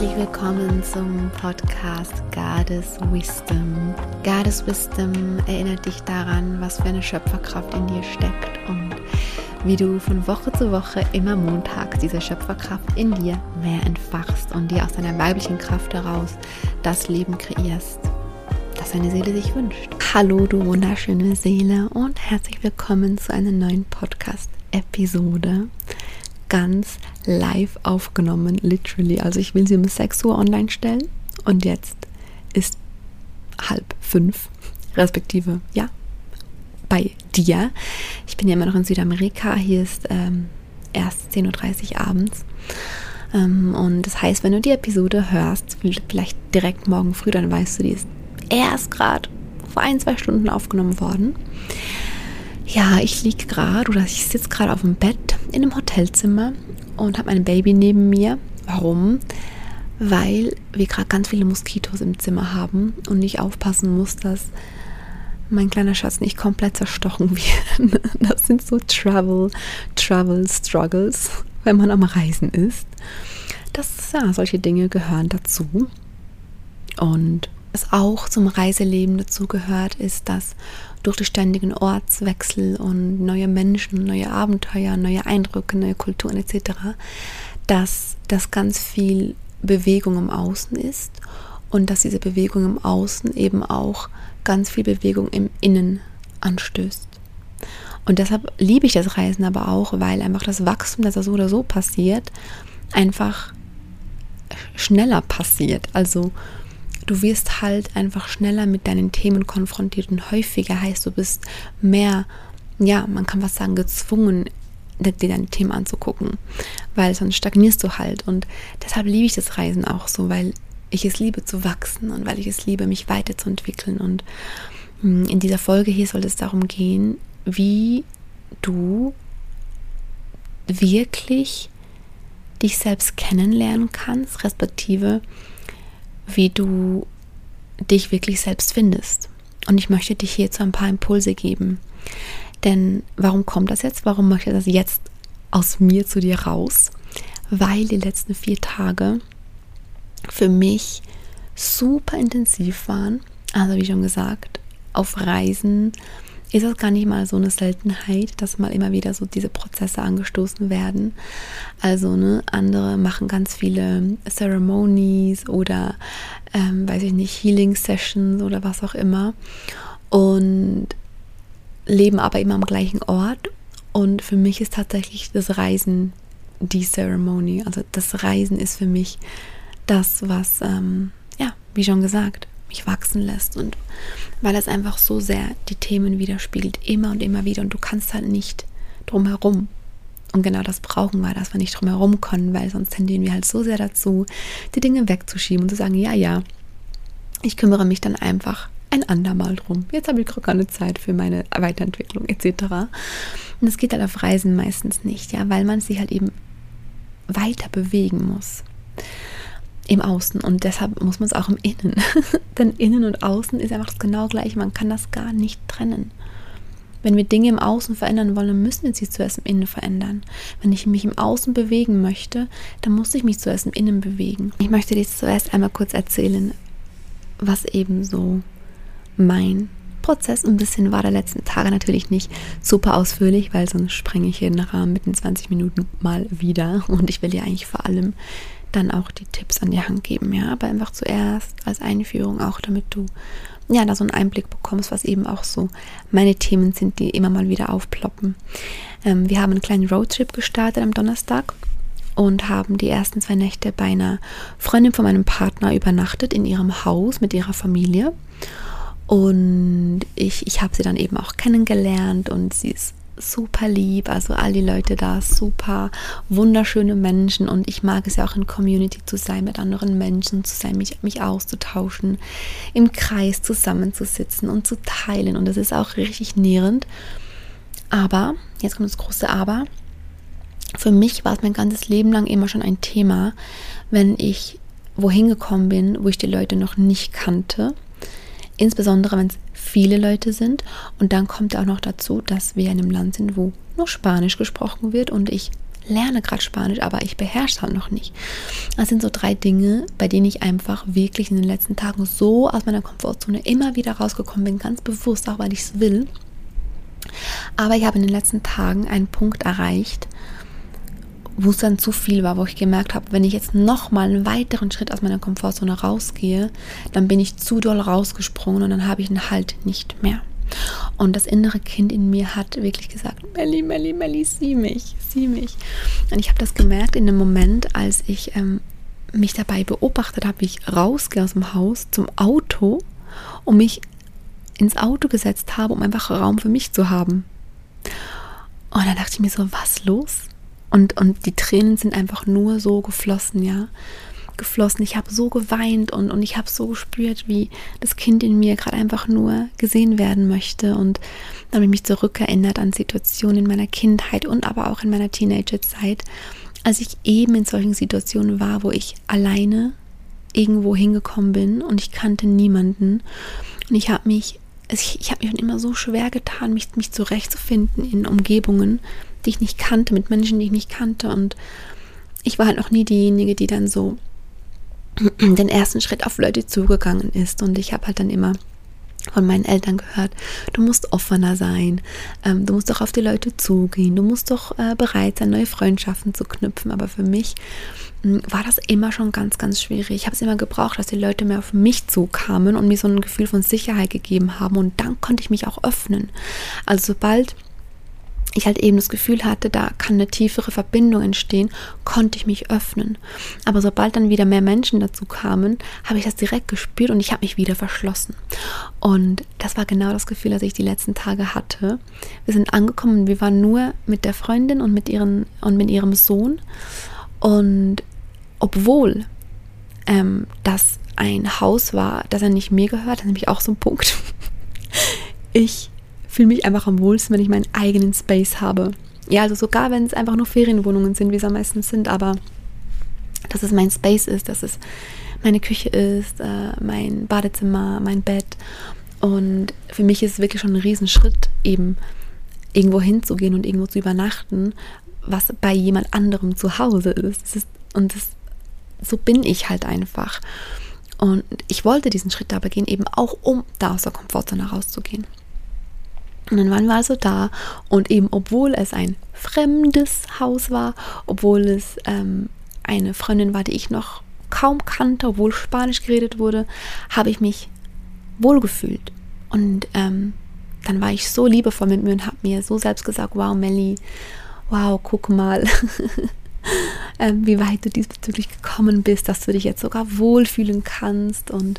herzlich willkommen zum Podcast Goddess Wisdom. Goddess Wisdom erinnert dich daran, was für eine Schöpferkraft in dir steckt und wie du von Woche zu Woche immer montags diese Schöpferkraft in dir mehr entfachst und dir aus deiner weiblichen Kraft heraus das Leben kreierst, das deine Seele sich wünscht. Hallo du wunderschöne Seele und herzlich willkommen zu einer neuen Podcast-Episode. Ganz live aufgenommen, literally. Also ich will sie um 6 Uhr online stellen und jetzt ist 4:30, respektive, ja, bei dir. Ich bin ja immer noch in Südamerika, hier ist erst 10:30 Uhr abends. Und das heißt, wenn du die Episode hörst, vielleicht direkt morgen früh, dann weißt du, die ist erst gerade vor 1-2 Stunden aufgenommen worden. Ja, ich liege gerade oder ich sitze gerade auf dem Bett in einem Hotelzimmer und habe mein Baby neben mir. Warum? Weil wir gerade ganz viele Moskitos im Zimmer haben und ich aufpassen muss, dass mein kleiner Schatz nicht komplett zerstochen wird. Das sind so Travel Struggles, wenn man am Reisen ist. Solche Dinge gehören dazu. Und was auch zum Reiseleben dazu gehört, ist, dass durch die ständigen Ortswechsel und neue Menschen, neue Abenteuer, neue Eindrücke, neue Kulturen etc., dass das ganz viel Bewegung im Außen ist und dass diese Bewegung im Außen eben auch ganz viel Bewegung im Innen anstößt. Und deshalb liebe ich das Reisen aber auch, weil einfach das Wachstum, das da so oder so passiert, einfach schneller passiert. Also du wirst halt einfach schneller mit deinen Themen konfrontiert und häufiger heißt, du bist mehr, ja, man kann fast sagen, gezwungen, dir deine Themen anzugucken, weil sonst stagnierst du halt. Und deshalb liebe ich das Reisen auch so, weil ich es liebe zu wachsen und weil ich es liebe, mich weiterzuentwickeln. Und in dieser Folge hier soll es darum gehen, wie du wirklich dich selbst kennenlernen kannst, respektive wie du dich wirklich selbst findest. Und ich möchte dich hierzu ein paar Impulse geben. Denn warum kommt das jetzt? Warum möchte das jetzt aus mir zu dir raus? Weil die letzten 4 Tage für mich super intensiv waren. Also wie schon gesagt, auf Reisen ist es gar nicht mal so eine Seltenheit, dass mal immer wieder so diese Prozesse angestoßen werden. Also andere machen ganz viele Ceremonies oder weiß ich nicht, Healing Sessions oder was auch immer und leben aber immer am gleichen Ort. Und für mich ist tatsächlich das Reisen die Ceremony. Also das Reisen ist für mich das, was, wie schon gesagt, mich wachsen lässt und weil es einfach so sehr die Themen widerspiegelt, immer und immer wieder und du kannst halt nicht drum herum. Und genau das brauchen wir, dass wir nicht drum herum können, weil sonst tendieren wir halt so sehr dazu, die Dinge wegzuschieben und zu sagen, ja, ich kümmere mich dann einfach ein andermal drum. Jetzt habe ich gerade keine Zeit für meine Weiterentwicklung etc. Und das geht halt auf Reisen meistens nicht, ja, weil man sich halt eben weiter bewegen muss. Im Außen und deshalb muss man es auch im Innen. Denn Innen und Außen ist einfach das genau gleiche. Man kann das gar nicht trennen. Wenn wir Dinge im Außen verändern wollen, dann müssen wir sie zuerst im Innen verändern. Wenn ich mich im Außen bewegen möchte, dann muss ich mich zuerst im Innen bewegen. Ich möchte dir zuerst einmal kurz erzählen, was eben so mein Prozess ein bisschen war der letzten Tage. Natürlich nicht super ausführlich, weil sonst sprenge ich jeden Rahmen mit den 20 Minuten mal wieder. Und ich will dir eigentlich vor allem dann auch die Tipps an die Hand geben, ja, aber einfach zuerst als Einführung auch, damit du ja da so einen Einblick bekommst, was eben auch so meine Themen sind, die immer mal wieder aufploppen. Wir haben einen kleinen Roadtrip gestartet am Donnerstag und haben die ersten 2 Nächte bei einer Freundin von meinem Partner übernachtet in ihrem Haus mit ihrer Familie und ich habe sie dann eben auch kennengelernt und sie ist super lieb, also all die Leute da, super wunderschöne Menschen und ich mag es ja auch in Community zu sein, mit anderen Menschen zu sein, mich auszutauschen, im Kreis zusammenzusitzen und zu teilen und das ist auch richtig nährend. Aber, jetzt kommt das große Aber, für mich war es mein ganzes Leben lang immer schon ein Thema, wenn ich wohin gekommen bin, wo ich die Leute noch nicht kannte, insbesondere wenn es viele Leute sind und dann kommt auch noch dazu, dass wir in einem Land sind, wo nur Spanisch gesprochen wird und ich lerne gerade Spanisch, aber ich beherrsche es halt noch nicht. Das sind so 3 Dinge, bei denen ich einfach wirklich in den letzten Tagen so aus meiner Komfortzone immer wieder rausgekommen bin, ganz bewusst, auch weil ich es will. Aber ich habe in den letzten Tagen einen Punkt erreicht, wo es dann zu viel war, wo ich gemerkt habe, wenn ich jetzt nochmal einen weiteren Schritt aus meiner Komfortzone rausgehe, dann bin ich zu doll rausgesprungen und dann habe ich einen Halt nicht mehr. Und das innere Kind in mir hat wirklich gesagt, Melli, sieh mich. Und ich habe das gemerkt in dem Moment, als ich mich dabei beobachtet habe, wie ich rausgehe aus dem Haus zum Auto und mich ins Auto gesetzt habe, um einfach Raum für mich zu haben. Und dann dachte ich mir so, was los? Und die Tränen sind einfach nur so geflossen, ja. Ich habe so geweint und ich habe so gespürt, wie das Kind in mir gerade einfach nur gesehen werden möchte. Und dann habe ich mich zurückerinnert an Situationen in meiner Kindheit und aber auch in meiner Teenagerzeit, als ich eben in solchen Situationen war, wo ich alleine irgendwo hingekommen bin und ich kannte niemanden. Und ich habe mich schon immer so schwer getan, mich zurechtzufinden in Umgebungen, die ich nicht kannte, mit Menschen, die ich nicht kannte. Und ich war halt noch nie diejenige, die dann so den ersten Schritt auf Leute zugegangen ist. Und ich habe halt dann immer von meinen Eltern gehört, du musst offener sein, du musst doch auf die Leute zugehen, du musst doch bereit sein, neue Freundschaften zu knüpfen. Aber für mich war das immer schon ganz, ganz schwierig. Ich habe es immer gebraucht, dass die Leute mehr auf mich zukamen und mir so ein Gefühl von Sicherheit gegeben haben. Und dann konnte ich mich auch öffnen. Also sobald ich halt eben das Gefühl hatte, da kann eine tiefere Verbindung entstehen, konnte ich mich öffnen. Aber sobald dann wieder mehr Menschen dazu kamen, habe ich das direkt gespürt und ich habe mich wieder verschlossen. Und das war genau das Gefühl, das ich die letzten Tage hatte. Wir sind angekommen, wir waren nur mit der Freundin und mit ihrem Sohn. Und obwohl das ein Haus war, das ja nicht mir gehört, das ist nämlich auch so ein Punkt. Ich fühle mich einfach am wohlsten, wenn ich meinen eigenen Space habe. Ja, also sogar wenn es einfach nur Ferienwohnungen sind, wie es am meisten sind, aber dass es mein Space ist, dass es meine Küche ist, mein Badezimmer, mein Bett. Und für mich ist es wirklich schon ein Riesenschritt, eben irgendwo hinzugehen und irgendwo zu übernachten, was bei jemand anderem zu Hause ist. So bin ich halt einfach. Und ich wollte diesen Schritt aber gehen, eben auch um da aus der Komfortzone rauszugehen. Und dann waren wir also da und eben obwohl es ein fremdes Haus war, obwohl es eine Freundin war, die ich noch kaum kannte, obwohl Spanisch geredet wurde, habe ich mich wohlgefühlt. Und dann war ich so liebevoll mit mir und habe mir so selbst gesagt, wow Melli, wow, guck mal, wie weit du diesbezüglich gekommen bist, dass du dich jetzt sogar wohlfühlen kannst. Und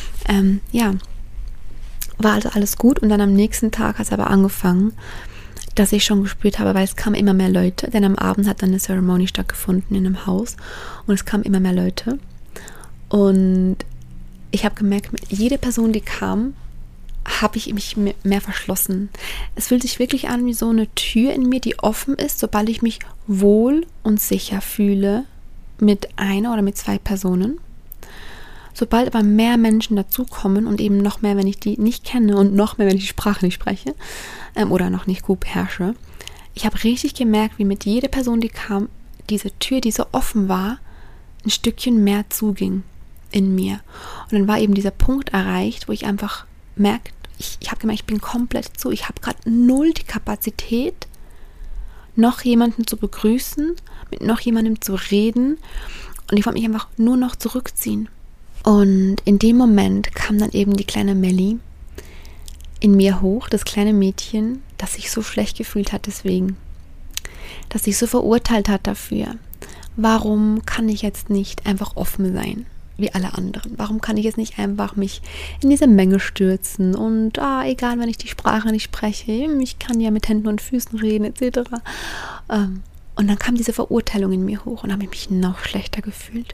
war also alles gut. Und dann am nächsten Tag hat es aber angefangen, dass ich schon gespürt habe, weil es kamen immer mehr Leute, denn am Abend hat dann eine Zeremonie stattgefunden in einem Haus und es kamen immer mehr Leute. Und ich habe gemerkt, mit jeder Person, die kam, habe ich mich mehr verschlossen. Es fühlt sich wirklich an wie so eine Tür in mir, die offen ist, sobald ich mich wohl und sicher fühle mit einer oder mit 2 Personen. Sobald aber mehr Menschen dazukommen und eben noch mehr, wenn ich die nicht kenne und noch mehr, wenn ich die Sprache nicht spreche oder noch nicht gut beherrsche, ich habe richtig gemerkt, wie mit jeder Person, die kam, diese Tür, die so offen war, ein Stückchen mehr zuging in mir. Und dann war eben dieser Punkt erreicht, wo ich einfach merke, ich habe gemerkt, ich bin komplett zu. Ich habe gerade null die Kapazität, noch jemanden zu begrüßen, mit noch jemandem zu reden. Und ich wollte mich einfach nur noch zurückziehen. Und in dem Moment kam dann eben die kleine Melli in mir hoch, das kleine Mädchen, das sich so schlecht gefühlt hat deswegen. Das sich so verurteilt hat dafür. Warum kann ich jetzt nicht einfach offen sein, wie alle anderen? Warum kann ich jetzt nicht einfach mich in diese Menge stürzen und egal, wenn ich die Sprache nicht spreche, ich kann ja mit Händen und Füßen reden, etc. Und dann kam diese Verurteilung in mir hoch und habe ich mich noch schlechter gefühlt.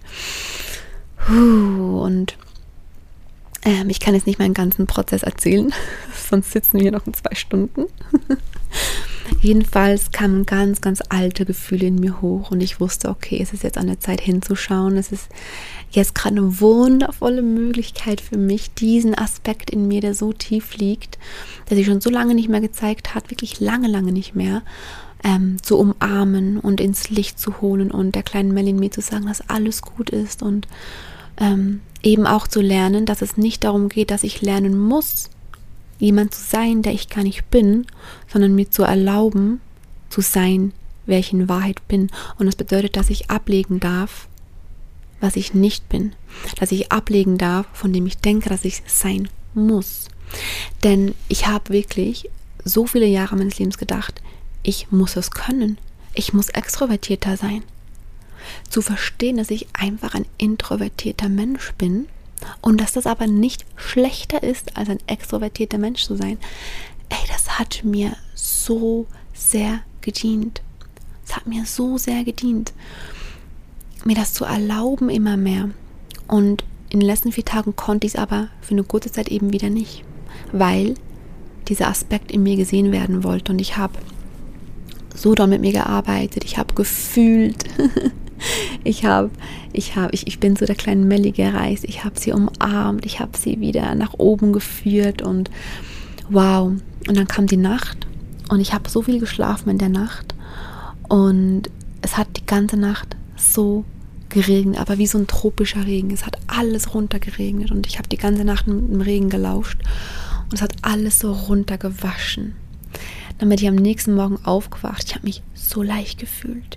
Und ich kann jetzt nicht meinen ganzen Prozess erzählen, sonst sitzen wir hier noch in 2 Stunden. Jedenfalls kamen ganz, ganz alte Gefühle in mir hoch und ich wusste, okay, es ist jetzt an der Zeit hinzuschauen. Es ist jetzt gerade eine wundervolle Möglichkeit für mich, diesen Aspekt in mir, der so tief liegt, der sich schon so lange nicht mehr gezeigt hat, wirklich lange, lange nicht mehr, zu umarmen und ins Licht zu holen und der kleinen Melly in mir zu sagen, dass alles gut ist und eben auch zu lernen, dass es nicht darum geht, dass ich lernen muss, jemand zu sein, der ich gar nicht bin, sondern mir zu erlauben, zu sein, wer ich in Wahrheit bin. Und das bedeutet, dass ich ablegen darf, was ich nicht bin. Dass ich ablegen darf, von dem ich denke, dass ich sein muss. Denn ich habe wirklich so viele Jahre meines Lebens gedacht, ich muss es können. Ich muss extrovertierter sein. Zu verstehen, dass ich einfach ein introvertierter Mensch bin und dass das aber nicht schlechter ist, als ein extrovertierter Mensch zu sein. Das hat mir so sehr gedient. Es hat mir so sehr gedient, mir das zu erlauben immer mehr. Und in den letzten 4 Tagen konnte ich es aber für eine kurze Zeit eben wieder nicht, weil dieser Aspekt in mir gesehen werden wollte. Und ich habe so doll mit mir gearbeitet, ich habe gefühlt, ich bin zu der kleinen Melly gereist, ich habe sie umarmt, ich habe sie wieder nach oben geführt und wow. Und dann kam die Nacht und ich habe so viel geschlafen in der Nacht und es hat die ganze Nacht so geregnet, aber wie so ein tropischer Regen. Es hat alles runtergeregnet und ich habe die ganze Nacht im Regen gelauscht und es hat alles so runtergewaschen. Dann bin ich am nächsten Morgen aufgewacht. Ich habe mich so leicht gefühlt.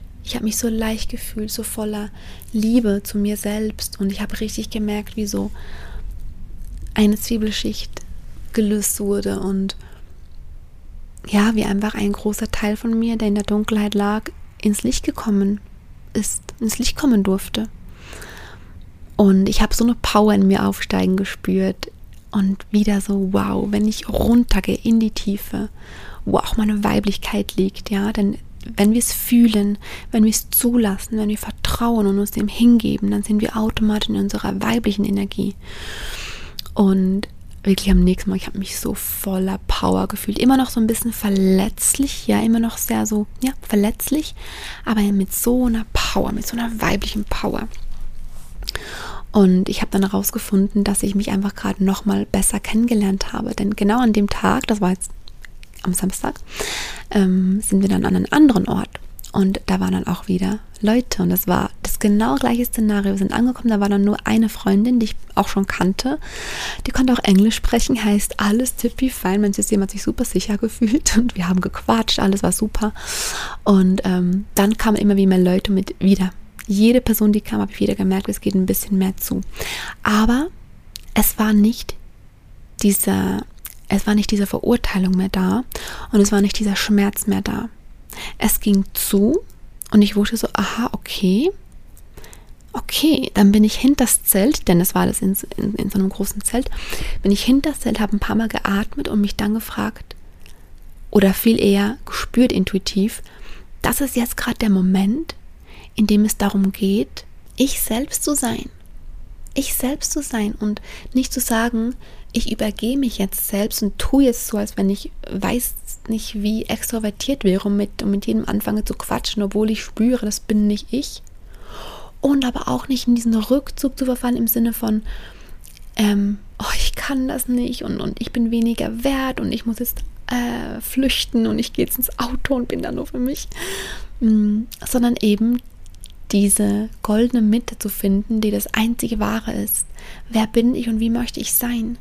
So voller Liebe zu mir selbst. Und ich habe richtig gemerkt, wie so eine Zwiebelschicht gelöst wurde. Und ja, wie einfach ein großer Teil von mir, der in der Dunkelheit lag, ins Licht kommen durfte. Und ich habe so eine Power in mir aufsteigen gespürt. Und wieder so, wow, wenn ich runtergehe in die Tiefe, wo auch meine Weiblichkeit liegt, ja, denn wenn wir es fühlen, wenn wir es zulassen, wenn wir vertrauen und uns dem hingeben, dann sind wir automatisch in unserer weiblichen Energie. Und wirklich am nächsten Mal, ich habe mich so voller Power gefühlt, immer noch so ein bisschen verletzlich, ja, immer noch sehr so, ja, verletzlich, aber mit so einer Power, mit so einer weiblichen Power. Und ich habe dann herausgefunden, dass ich mich einfach gerade nochmal besser kennengelernt habe, denn genau an dem Tag, das war jetzt am Samstag, sind wir dann an einem anderen Ort und da waren dann auch wieder Leute und das war das genau gleiche Szenario. Wir sind angekommen, da war dann nur eine Freundin, die ich auch schon kannte, die konnte auch Englisch sprechen, heißt alles tippi fein, mein System hat sich super sicher gefühlt und wir haben gequatscht, alles war super und dann kamen immer wie mehr Leute mit wieder. Jede Person, die kam, habe ich wieder gemerkt, es geht ein bisschen mehr zu. Aber es war nicht diese Verurteilung mehr da und es war nicht dieser Schmerz mehr da. Es ging zu und ich wusste so, aha, okay, dann bin ich hinter das Zelt, denn es war das in so einem großen Zelt, bin ich hinter das Zelt, habe ein paar Mal geatmet und mich dann gefragt oder viel eher gespürt intuitiv, das ist jetzt gerade der Moment, in dem es darum geht, ich selbst zu sein und nicht zu sagen, ich übergehe mich jetzt selbst und tue jetzt so, als wenn ich weiß nicht, wie extrovertiert wäre und mit jedem anfange zu quatschen, obwohl ich spüre, das bin nicht ich. Und aber auch nicht in diesen Rückzug zu verfallen im Sinne von, ich kann das nicht und ich bin weniger wert und ich muss jetzt flüchten und ich gehe jetzt ins Auto und bin da nur für mich. Sondern eben diese goldene Mitte zu finden, die das einzige Wahre ist. Wer bin ich und wie möchte ich sein?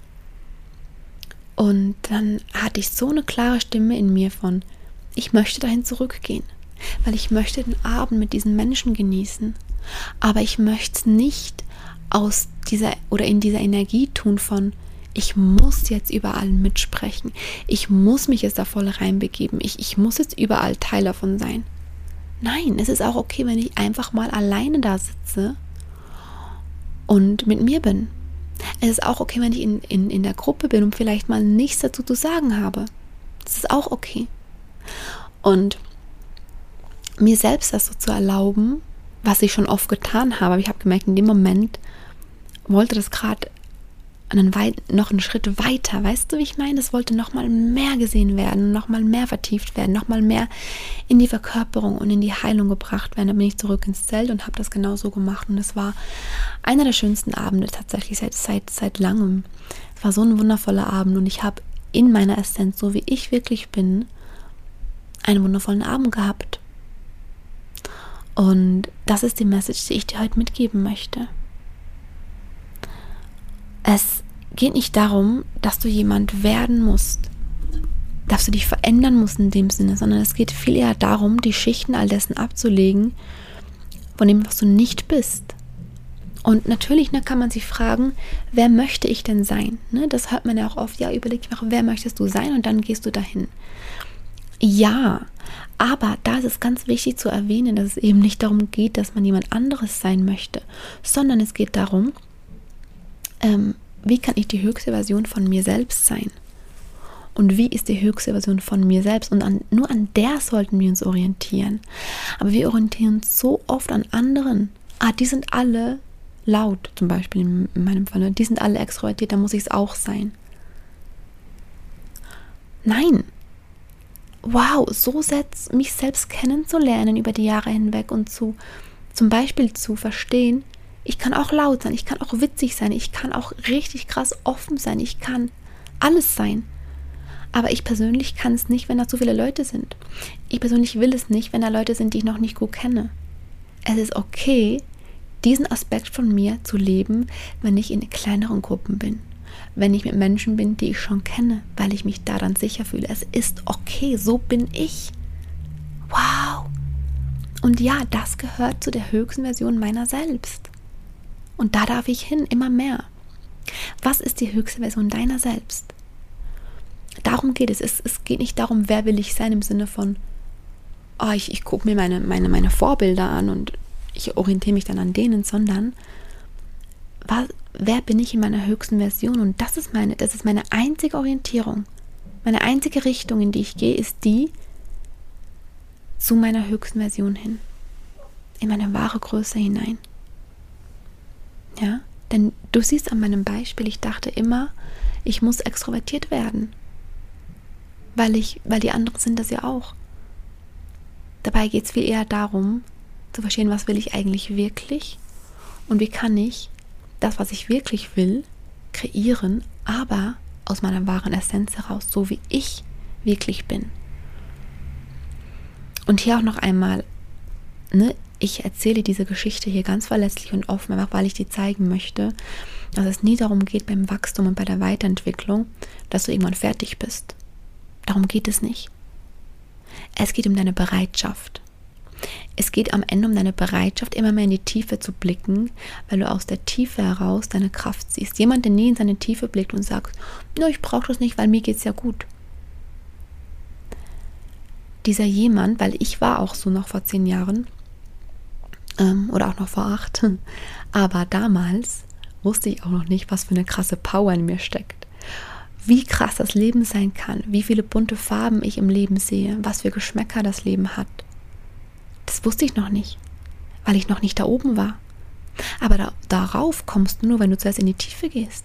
Und dann hatte ich so eine klare Stimme in mir von, ich möchte dahin zurückgehen, weil ich möchte den Abend mit diesen Menschen genießen. Aber ich möchte es nicht in dieser Energie tun von, ich muss jetzt überall mitsprechen. Ich muss mich jetzt da voll reinbegeben. Ich muss jetzt überall Teil davon sein. Nein, es ist auch okay, wenn ich einfach mal alleine da sitze und mit mir bin. Es ist auch okay, wenn ich in der Gruppe bin und vielleicht mal nichts dazu zu sagen habe. Das ist auch okay. Und mir selbst das so zu erlauben, was ich schon oft getan habe, aber ich habe gemerkt, in dem Moment wollte das gerade noch einen Schritt weiter, weißt du, wie ich meine? Es wollte noch mal mehr gesehen werden, noch mal mehr vertieft werden, noch mal mehr in die Verkörperung und in die Heilung gebracht werden. Dann bin ich zurück ins Zelt und habe das genau so gemacht und es war einer der schönsten Abende tatsächlich seit langem. Es war so ein wundervoller Abend und ich habe in meiner Essenz, so wie ich wirklich bin, einen wundervollen Abend gehabt. Und das ist die Message, die ich dir heute mitgeben möchte. Es geht nicht darum, dass du jemand werden musst, dass du dich verändern musst in dem Sinne, sondern es geht viel eher darum, die Schichten all dessen abzulegen, von dem, was du nicht bist. Und natürlich kann man sich fragen, wer möchte ich denn sein? Das hört man ja auch oft, ja, überleg mal, wer möchtest du sein und dann gehst du dahin. Ja, aber da ist es ganz wichtig zu erwähnen, dass es eben nicht darum geht, dass man jemand anderes sein möchte, sondern es geht darum, wie kann ich die höchste Version von mir selbst sein? Und wie ist die höchste Version von mir selbst? Und nur an der sollten wir uns orientieren. Aber wir orientieren uns so oft an anderen. Die sind alle laut, zum Beispiel in meinem Fall. Die sind alle extrovertiert, da muss ich es auch sein. Nein. Wow, so mich selbst kennenzulernen über die Jahre hinweg und zum Beispiel zu verstehen, ich kann auch laut sein, ich kann auch witzig sein, ich kann auch richtig krass offen sein, ich kann alles sein. Aber ich persönlich kann es nicht, wenn da zu viele Leute sind. Ich persönlich will es nicht, wenn da Leute sind, die ich noch nicht gut kenne. Es ist okay, diesen Aspekt von mir zu leben, wenn ich in kleineren Gruppen bin. Wenn ich mit Menschen bin, die ich schon kenne, weil ich mich da dann sicher fühle. Es ist okay, so bin ich. Wow. Und ja, das gehört zu der höchsten Version meiner selbst. Und da darf ich hin, immer mehr. Was ist die höchste Version deiner selbst? Darum geht es. Es geht nicht darum, wer will ich sein im Sinne von, ich gucke mir meine Vorbilder an und ich orientiere mich dann an denen, sondern wer bin ich in meiner höchsten Version? Und das ist meine einzige Orientierung. Meine einzige Richtung, in die ich gehe, ist die zu meiner höchsten Version hin. In meine wahre Größe hinein. Ja? Denn du siehst an meinem Beispiel, ich dachte immer, ich muss extrovertiert werden. Weil die anderen sind das ja auch. Dabei geht es viel eher darum, zu verstehen, was will ich eigentlich wirklich und wie kann ich das, was ich wirklich will, kreieren, aber aus meiner wahren Essenz heraus, so wie ich wirklich bin. Und hier auch noch einmal, ich erzähle diese Geschichte hier ganz verlässlich und offen, einfach weil ich dir zeigen möchte, dass es nie darum geht beim Wachstum und bei der Weiterentwicklung, dass du irgendwann fertig bist. Darum geht es nicht. Es geht um deine Bereitschaft. Es geht am Ende um deine Bereitschaft, immer mehr in die Tiefe zu blicken, weil du aus der Tiefe heraus deine Kraft siehst. Jemand, der nie in seine Tiefe blickt und sagt, ich brauche das nicht, weil mir geht es ja gut. Dieser jemand, weil ich war auch so noch vor 10 Jahren oder auch noch vor 8, aber damals wusste ich auch noch nicht, was für eine krasse Power in mir steckt. Wie krass das Leben sein kann, wie viele bunte Farben ich im Leben sehe, was für Geschmäcker das Leben hat. Das wusste ich noch nicht, weil ich noch nicht da oben war. Aber darauf kommst du nur, wenn du zuerst in die Tiefe gehst.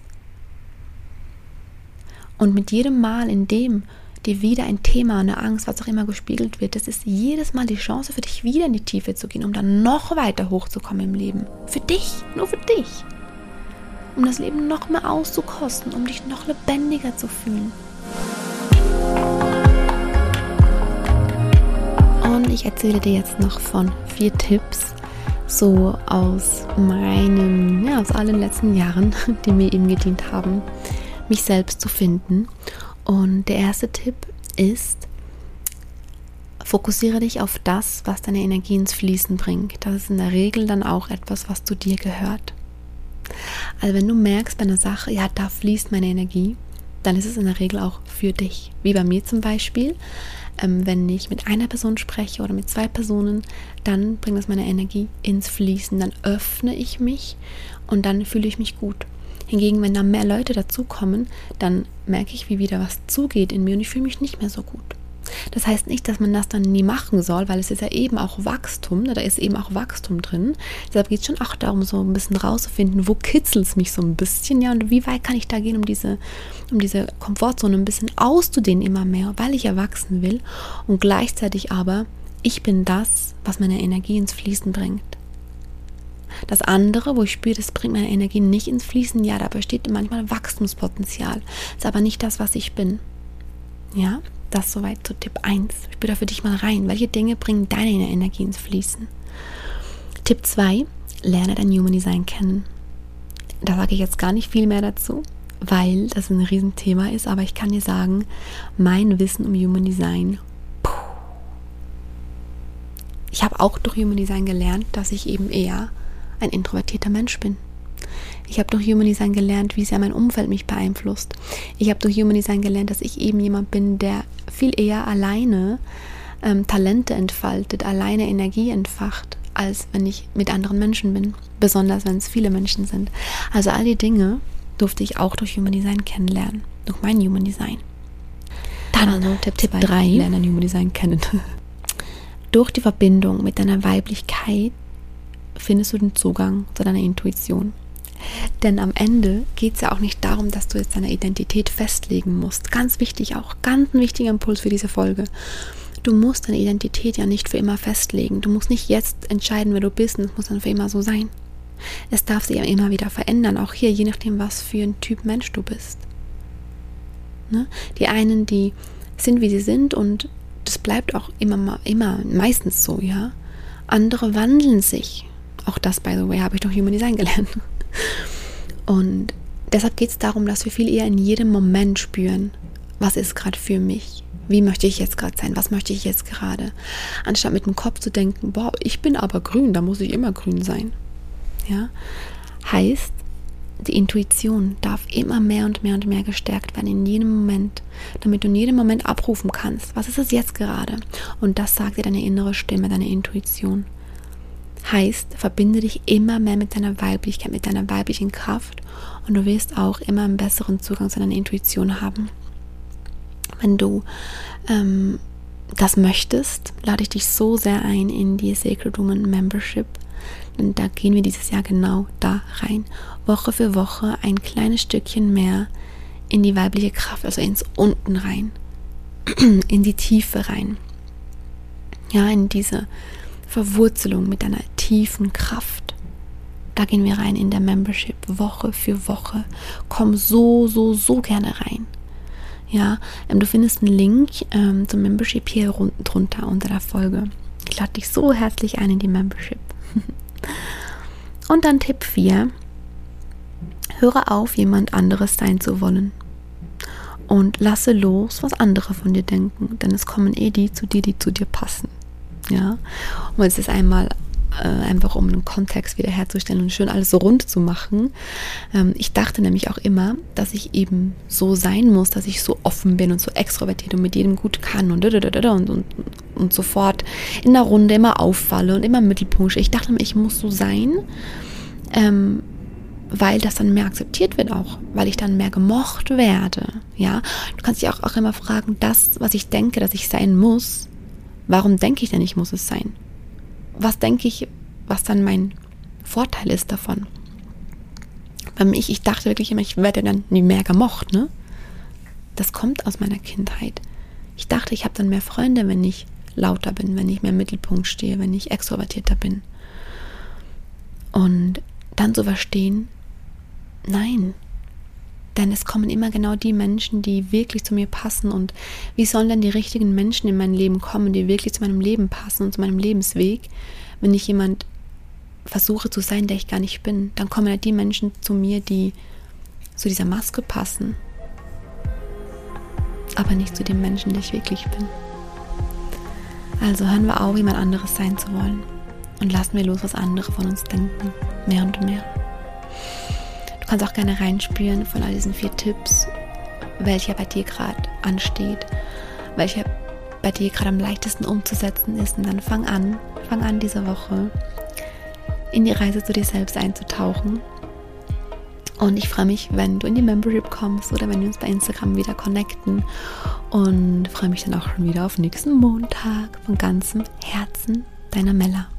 Und mit jedem Mal, in dem dir wieder ein Thema, eine Angst, was auch immer gespiegelt wird, das ist jedes Mal die Chance für dich, wieder in die Tiefe zu gehen, um dann noch weiter hochzukommen im Leben. Für dich, nur für dich. Um das Leben noch mehr auszukosten, um dich noch lebendiger zu fühlen. Und ich erzähle dir jetzt noch von 4 Tipps, so aus allen letzten Jahren, die mir eben gedient haben, mich selbst zu finden. Und der erste Tipp ist, fokussiere dich auf das, was deine Energie ins Fließen bringt. Das ist in der Regel dann auch etwas, was zu dir gehört. Also wenn du merkst bei einer Sache, ja, da fließt meine Energie, dann ist es in der Regel auch für dich. Wie bei mir zum Beispiel, wenn ich mit einer Person spreche oder mit 2 Personen, dann bringt das meine Energie ins Fließen, dann öffne ich mich und dann fühle ich mich gut. Hingegen, wenn da mehr Leute dazukommen, dann merke ich, wie wieder was zugeht in mir und ich fühle mich nicht mehr so gut. Das heißt nicht, dass man das dann nie machen soll, weil es ist ja eben auch Wachstum, da ist eben auch Wachstum drin. Deshalb geht es schon auch darum, so ein bisschen rauszufinden, wo kitzelt es mich so ein bisschen, ja, und wie weit kann ich da gehen, um diese Komfortzone ein bisschen auszudehnen immer mehr, weil ich erwachsen will und gleichzeitig aber, ich bin das, was meine Energie ins Fließen bringt. Das andere, wo ich spüre, das bringt meine Energie nicht ins Fließen, ja, da besteht manchmal Wachstumspotenzial, ist aber nicht das, was ich bin. Ja, das soweit zu Tipp 1. Spür da für dich mal rein. Welche Dinge bringen deine Energie ins Fließen? Tipp 2, lerne dein Human Design kennen. Da sage ich jetzt gar nicht viel mehr dazu, weil das ein Riesenthema ist, aber ich kann dir sagen, mein Wissen um Human Design, ich habe auch durch Human Design gelernt, dass ich eben eher ein introvertierter Mensch bin. Ich habe durch Human Design gelernt, wie sehr mein Umfeld mich beeinflusst. Ich habe durch Human Design gelernt, dass ich eben jemand bin, der viel eher alleine Talente entfaltet, alleine Energie entfacht, als wenn ich mit anderen Menschen bin. Besonders, wenn es viele Menschen sind. Also all die Dinge durfte ich auch durch Human Design kennenlernen. Durch mein Human Design. Dann also, Tipp 3. Lerne Human Design kennen. Durch die Verbindung mit deiner Weiblichkeit findest du den Zugang zu deiner Intuition. Denn am Ende geht es ja auch nicht darum, dass du jetzt deine Identität festlegen musst. Ganz wichtig auch, ganz ein wichtiger Impuls für diese Folge. Du musst deine Identität ja nicht für immer festlegen. Du musst nicht jetzt entscheiden, wer du bist, und es muss dann für immer so sein. Es darf sich ja immer wieder verändern, auch hier, je nachdem, was für ein Typ Mensch du bist. Ne? Die einen, die sind, wie sie sind, und das bleibt auch immer meistens so, ja. Andere wandeln sich. Auch das, by the way, habe ich durch Human Design gelernt. Und deshalb geht es darum, dass wir viel eher in jedem Moment spüren, was ist gerade für mich? Wie möchte ich jetzt gerade sein? Was möchte ich jetzt gerade? Anstatt mit dem Kopf zu denken, boah, ich bin aber grün, da muss ich immer grün sein. Ja? Heißt, die Intuition darf immer mehr und mehr und mehr gestärkt werden in jedem Moment, damit du in jedem Moment abrufen kannst. Was ist es jetzt gerade? Und das sagt dir deine innere Stimme, deine Intuition. Heißt, verbinde dich immer mehr mit deiner Weiblichkeit, mit deiner weiblichen Kraft, und du wirst auch immer einen besseren Zugang zu deiner Intuition haben. Wenn du das möchtest, lade ich dich so sehr ein in die Sacred Woman Membership. Und da gehen wir dieses Jahr genau da rein. Woche für Woche ein kleines Stückchen mehr in die weibliche Kraft, also ins Unten rein, in die Tiefe rein. Ja, in diese Verwurzelung mit einer tiefen Kraft. Da gehen wir rein in der Membership, Woche für Woche. Komm so gerne rein. Ja, du findest einen Link zum Membership hier unten drunter unter der Folge. Ich lade dich so herzlich ein in die Membership. Und dann Tipp 4. Höre auf, jemand anderes sein zu wollen. Und lasse los, was andere von dir denken. Denn es kommen die zu dir passen. Ja, und es ist einmal einfach, um einen Kontext wiederherzustellen und schön alles so rund zu machen. Ich dachte nämlich auch immer, dass ich eben so sein muss, dass ich so offen bin und so extrovertiert und mit jedem gut kann und sofort in der Runde immer auffalle und immer im Mittelpunkt stehe. Ich dachte mir, ich muss so sein, weil das dann mehr akzeptiert wird auch, weil ich dann mehr gemocht werde. Ja, du kannst dich auch immer fragen, das, was ich denke, dass ich sein muss, warum denke ich denn, ich muss es sein? Was denke ich, was dann mein Vorteil ist davon? Ich dachte wirklich immer, ich werde dann nie mehr gemocht, ne? Das kommt aus meiner Kindheit. Ich dachte, ich habe dann mehr Freunde, wenn ich lauter bin, wenn ich mehr im Mittelpunkt stehe, wenn ich extrovertierter bin. Und dann zu verstehen, nein, denn es kommen immer genau die Menschen, die wirklich zu mir passen. Und wie sollen denn die richtigen Menschen in mein Leben kommen, die wirklich zu meinem Leben passen und zu meinem Lebensweg, wenn ich jemand versuche zu sein, der ich gar nicht bin? Dann kommen ja die Menschen zu mir, die zu dieser Maske passen, aber nicht zu dem Menschen, der ich wirklich bin. Also hören wir auf, jemand anderes sein zu wollen, und lassen wir los, was andere von uns denken, mehr und mehr. Du kannst auch gerne reinspüren von all diesen 4 Tipps, welcher bei dir gerade ansteht, welcher bei dir gerade am leichtesten umzusetzen ist. Und dann fang an diese Woche in die Reise zu dir selbst einzutauchen. Und ich freue mich, wenn du in die Membership kommst oder wenn wir uns bei Instagram wieder connecten. Und freue mich dann auch schon wieder auf nächsten Montag. Von ganzem Herzen, deine Mella.